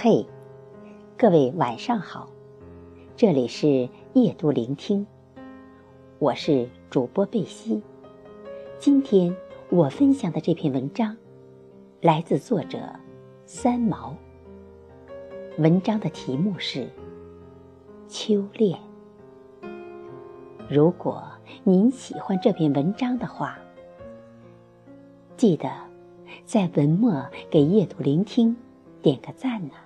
嘿，各位晚上好，这里是夜读聆听，我是主播贝西。今天我分享的这篇文章来自作者三毛，文章的题目是秋恋。如果您喜欢这篇文章的话，记得在文末给夜读聆听点个赞呢。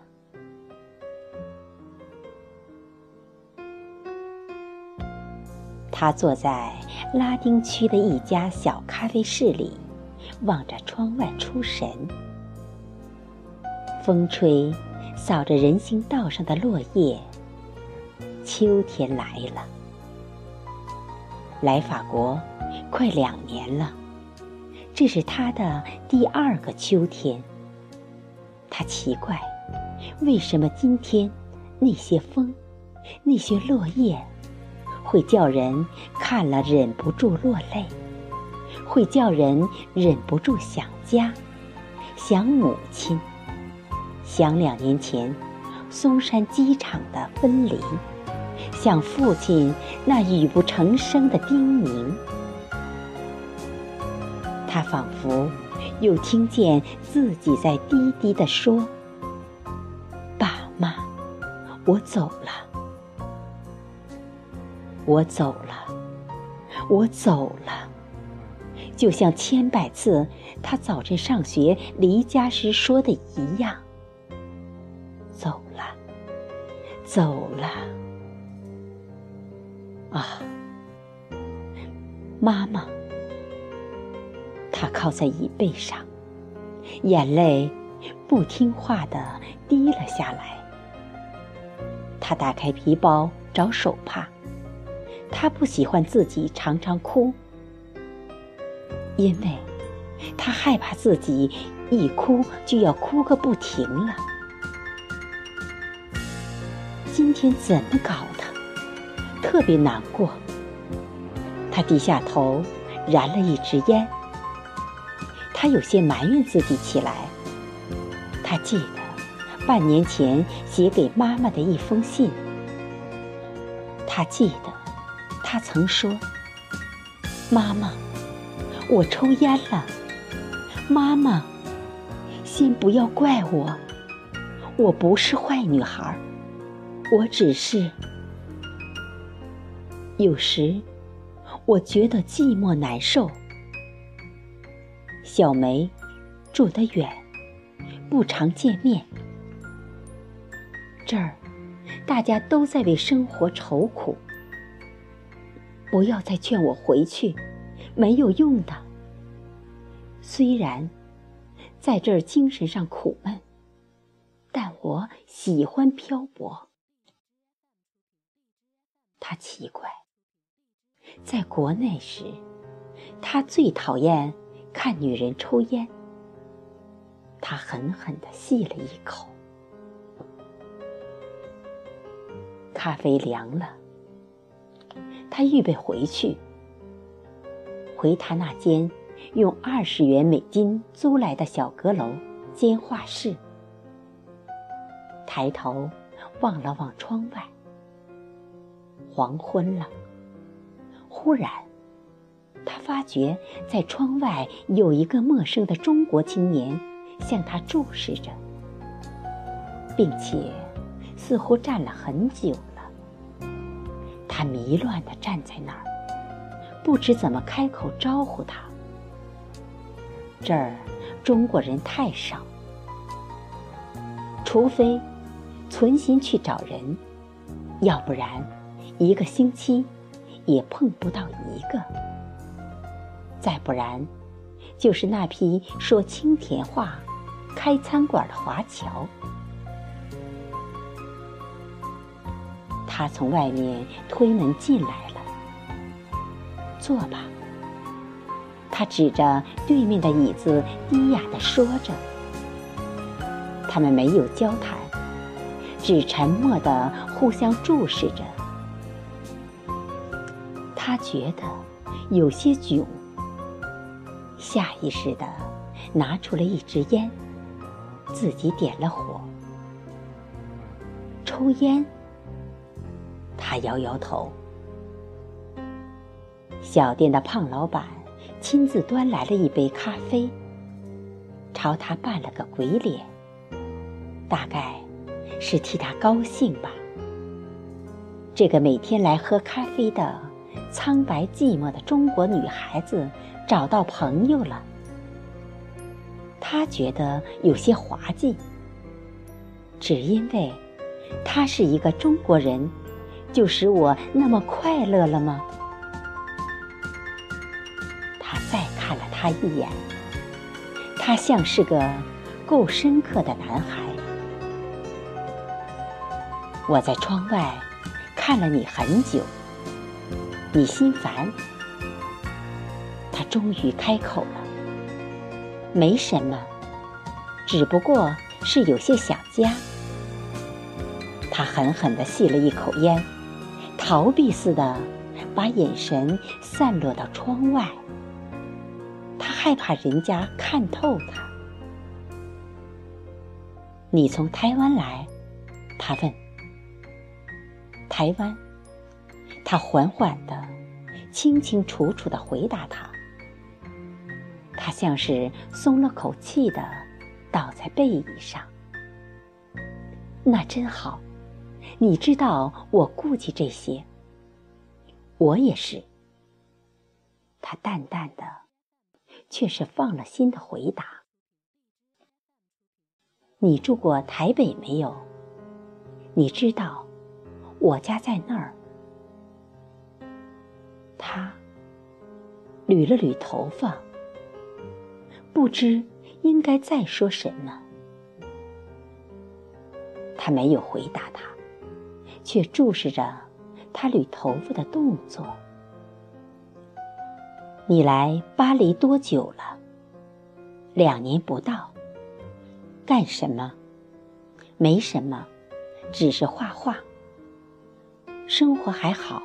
他坐在拉丁区的一家小咖啡室里，望着窗外出神。风吹扫着人行道上的落叶，秋天来了。来法国快2年了，这是他的第2个秋天。他奇怪，为什么今天那些风，那些落叶会叫人看了忍不住落泪，会叫人忍不住想家，想母亲，想2年前松山机场的分离，想父亲那语不成声的叮咛。他仿佛又听见自己在低低地说：爸妈，我走了，我走了，我走了。就像千百次他早晨上学离家时说的一样，走了，走了。啊，妈妈。他靠在椅背上，眼泪不听话地滴了下来。他打开皮包找手帕，他不喜欢自己常常哭，因为他害怕自己一哭就要哭个不停了。今天怎么搞的？特别难过。他低下头燃了一支烟。他有些埋怨自己起来。他记得半年前写给妈妈的一封信。他记得他曾说：妈妈，我抽烟了。妈妈，先不要怪我，我不是坏女孩，我只是……有时我觉得寂寞难受。小梅住得远，不常见面。这儿大家都在为生活愁苦。不要再劝我回去，没有用的。虽然在这儿精神上苦闷，但我喜欢漂泊。他奇怪，在国内时，他最讨厌看女人抽烟。他狠狠地吸了一口。咖啡凉了，他预备回去，回他那间用20元美金租来的小阁楼兼画室。抬头望了望窗外，黄昏了。忽然他发觉在窗外有一个陌生的中国青年向他注视着，并且似乎站了很久了。他迷乱地站在那儿，不知怎么开口招呼他。这儿中国人太少，除非存心去找人，要不然1个星期也碰不到一个。再不然就是那批说清田话开餐馆的华侨。他从外面推门进来了。坐吧。他指着对面的椅子低哑地说着。他们没有交谈，只沉默地互相注视着。他觉得有些窘，下意识地拿出了一支烟，自己点了火， 抽烟？他摇摇头。小店的胖老板亲自端来了一杯咖啡，朝他扮了个鬼脸，大概是替他高兴吧。这个每天来喝咖啡的苍白寂寞的中国女孩子找到朋友了。他觉得有些滑稽，只因为他是一个中国人，就使我那么快乐了吗？他再看了他一眼，他像是个够深刻的男孩。我在窗外看了你很久，你心烦。他终于开口了，没什么，只不过是有些想家。他狠狠地吸了一口烟，逃避似的把眼神散落到窗外。他害怕人家看透他。你从台湾来？他问。台湾，他缓缓地、清清楚楚地回答他。他像是松了口气地倒在背椅上。那真好，你知道我顾忌这些。我也是。他淡淡的，却是放了心的回答。你住过台北没有？你知道我家在那儿。他捋了捋头发，不知应该再说什么。他没有回答他，却注视着他捋头发的动作。你来巴黎多久了？2年不到。干什么？没什么，只是画画。生活还好。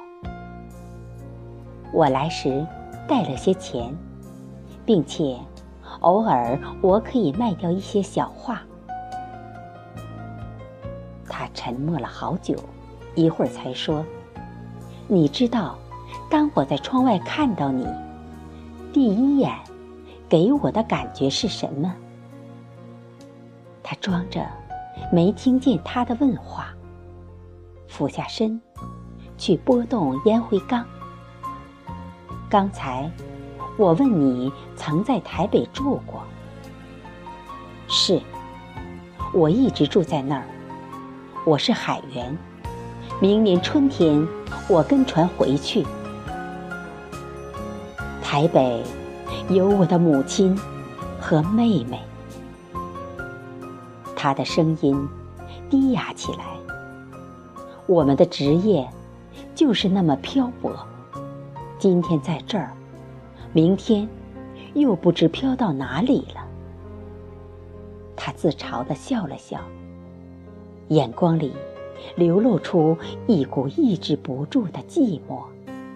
我来时带了些钱，并且偶尔我可以卖掉一些小画。他沉默了好久，一会儿才说：你知道，当我在窗外看到你，第一眼给我的感觉是什么？他装着没听见他的问话，俯下身去拨动烟灰缸。刚才我问你曾在台北住过。是，我一直住在那儿。我是海员，明年春天我跟船回去。台北有我的母亲和妹妹。他的声音低哑起来。我们的职业就是那么漂泊，今天在这儿，明天又不知飘到哪里了。他自嘲地笑了笑，眼光里流露出一股抑制不住的寂寞。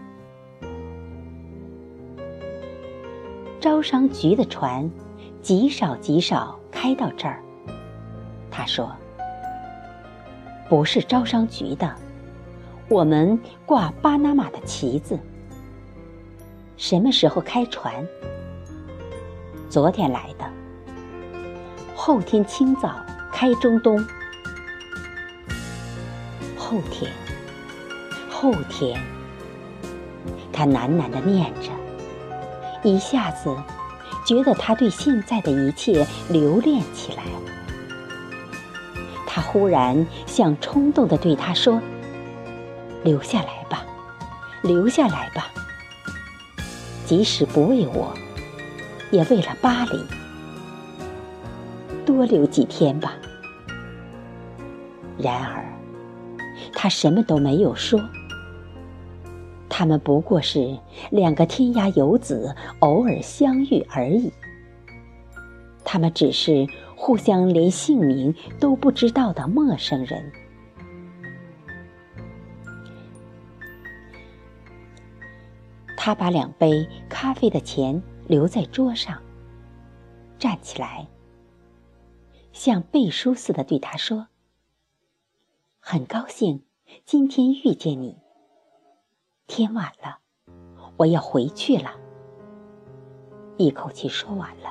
招商局的船极少极少开到这儿。他说，不是招商局的，我们挂巴拿马的旗子。什么时候开船？昨天来的，后天清早开中东。后天，后天，他喃喃地念着，一下子觉得他对现在的一切留恋起来。他忽然想冲动地对他说，留下来吧，留下来吧，即使不为我，也为了巴黎，多留几天吧。然而他什么都没有说。他们不过是2个天涯游子偶尔相遇而已。他们只是互相连姓名都不知道的陌生人。他把2杯咖啡的钱留在桌上，站起来，像背书似的对他说， 很高兴今天遇见你。天晚了，我要回去了。一口气说完了，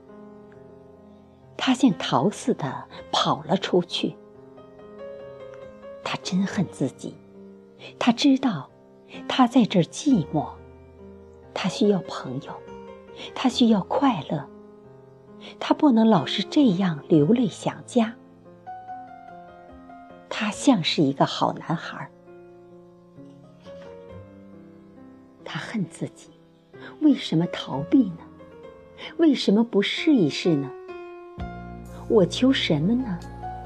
他像逃似的跑了出去。他真恨自己，他知道他在这儿寂寞，他需要朋友，他需要快乐，他不能老是这样流泪想家。他像是一个好男孩。他恨自己，为什么逃避呢？为什么不试一试呢？我求什么呢？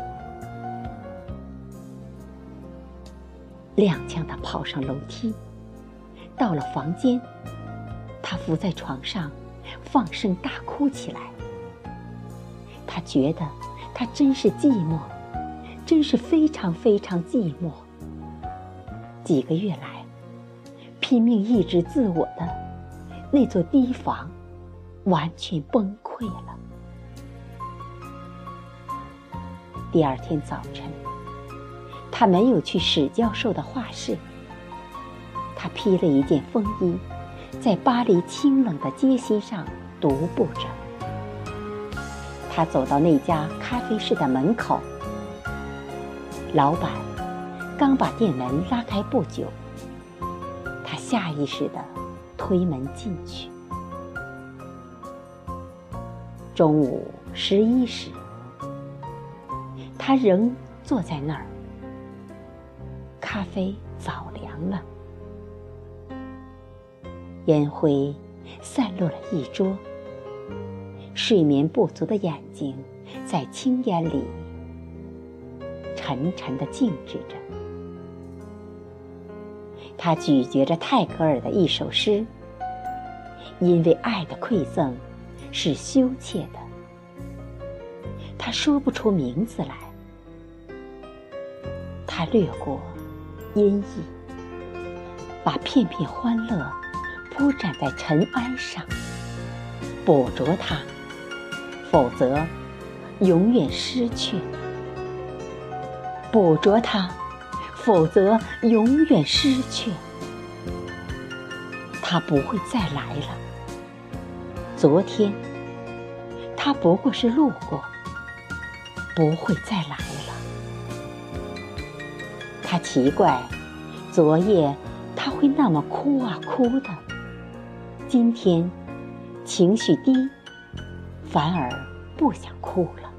踉跄地跑上楼梯，到了房间，他伏在床上，放声大哭起来。他觉得他真是寂寞，真是非常非常寂寞。几个月来，拼命抑制自我的那座堤防，完全崩溃了。第二天早晨，他没有去史教授的画室，他披了一件风衣，在巴黎清冷的街心上独步着。他走到那家咖啡室的门口，老板刚把店门拉开不久，他下意识地推门进去。中午11时，他仍坐在那儿，咖啡早凉了，烟灰散落了一桌，睡眠不足的眼睛在青烟里沉沉地静止着。他咀嚼着泰戈尔的一首诗，因为爱的馈赠是羞怯的，他说不出名字来。他掠过音译，把片片欢乐铺展在尘埃上，捕捉它，否则永远失去；捕捉它，否则永远失去。它不会再来了。昨天，它不过是路过，不会再来了。他奇怪，昨夜他会那么哭啊哭的，今天情绪低，反而不想哭了。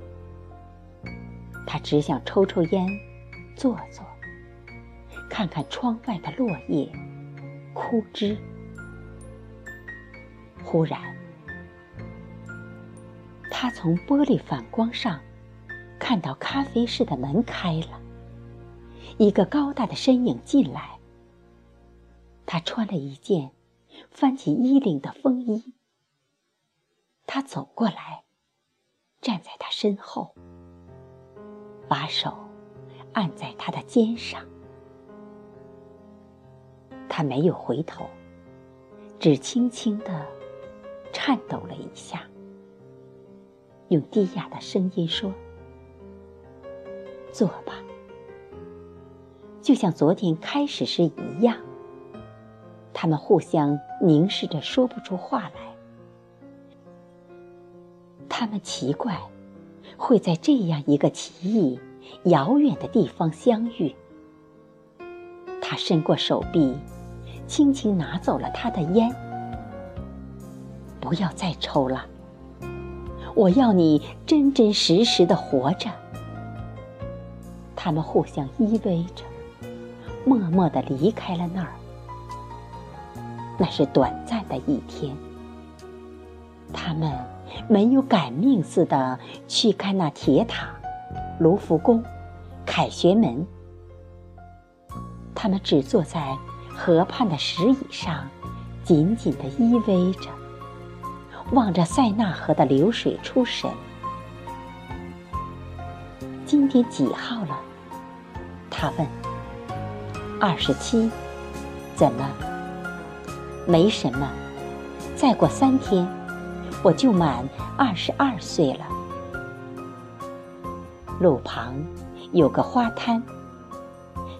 他只想抽抽烟，坐坐，看看窗外的落叶、枯枝。忽然，他从玻璃反光上看到咖啡室的门开了，一个高大的身影进来。他穿了一件翻起衣领的风衣。他走过来，站在他身后，把手按在他的肩上。他没有回头，只轻轻地颤抖了一下，用低哑的声音说：“坐吧。”就像昨天开始时一样，他们互相凝视着，说不出话来。他们奇怪，会在这样一个奇异、遥远的地方相遇。他伸过手臂，轻轻拿走了他的烟。不要再抽了，我要你真真实实的活着。他们互相依偎着，默默地离开了那儿。那是短暂的一天，他们没有赶命似的去看那铁塔、卢浮宫、凯旋门。他们只坐在河畔的石椅上，紧紧地依偎着，望着塞纳河的流水出神。今天几号了？他问。27。怎么？没什么，再过3天，我就满22岁了。路旁有个花摊，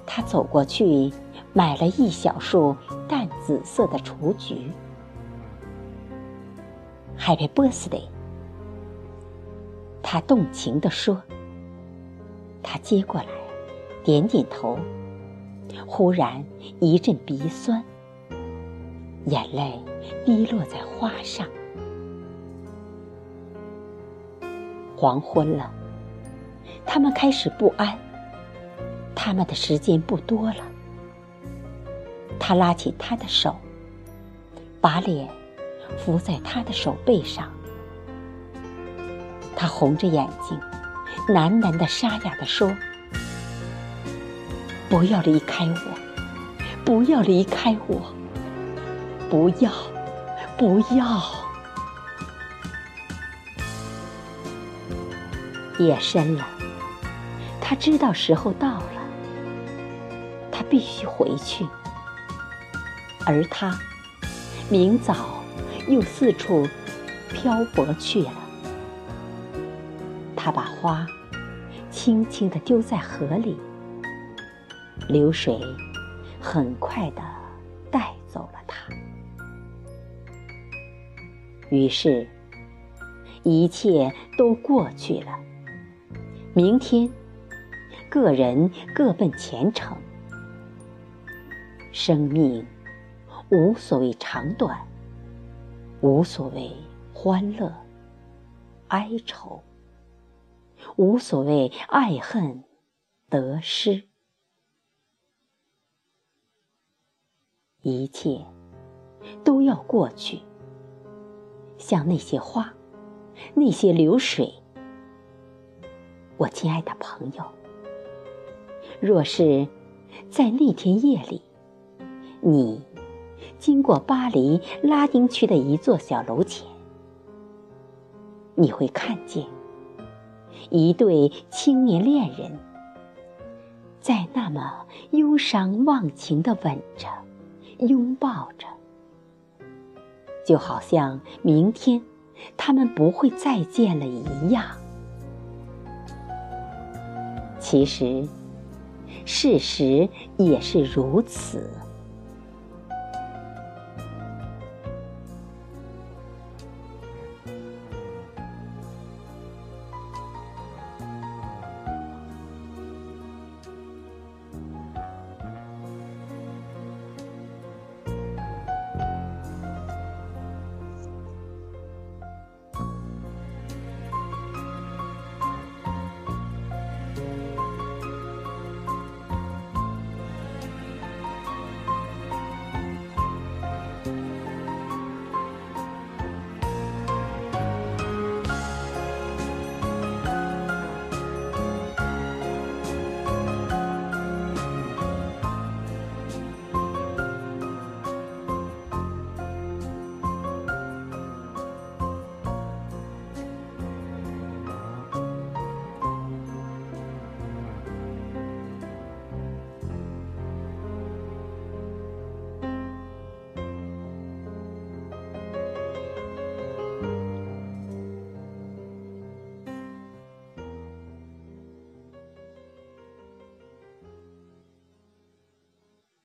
他走过去买了一小束淡紫色的雏菊。Happy birthday， 他动情地说。他接过来，点点头，忽然一阵鼻酸，眼泪滴落在花上。黄昏了，他们开始不安，他们的时间不多了。他拉起他的手，把脸伏在他的手背上。他红着眼睛，喃喃地沙哑地说：不要离开我，不要离开我，不要，不要。夜深了，他知道时候到了，他必须回去。而他明早又四处漂泊去了。他把花轻轻地丢在河里，流水很快地带走了它。于是一切都过去了。明天个人各奔前程。生命无所谓长短，无所谓欢乐哀愁，无所谓爱恨得失。一切都要过去，像那些花，那些流水。我亲爱的朋友，若是在那天夜里，你经过巴黎拉丁区的一座小楼前，你会看见一对青年恋人在那么忧伤忘情地吻着拥抱着，就好像明天他们不会再见了一样。其实事实也是如此。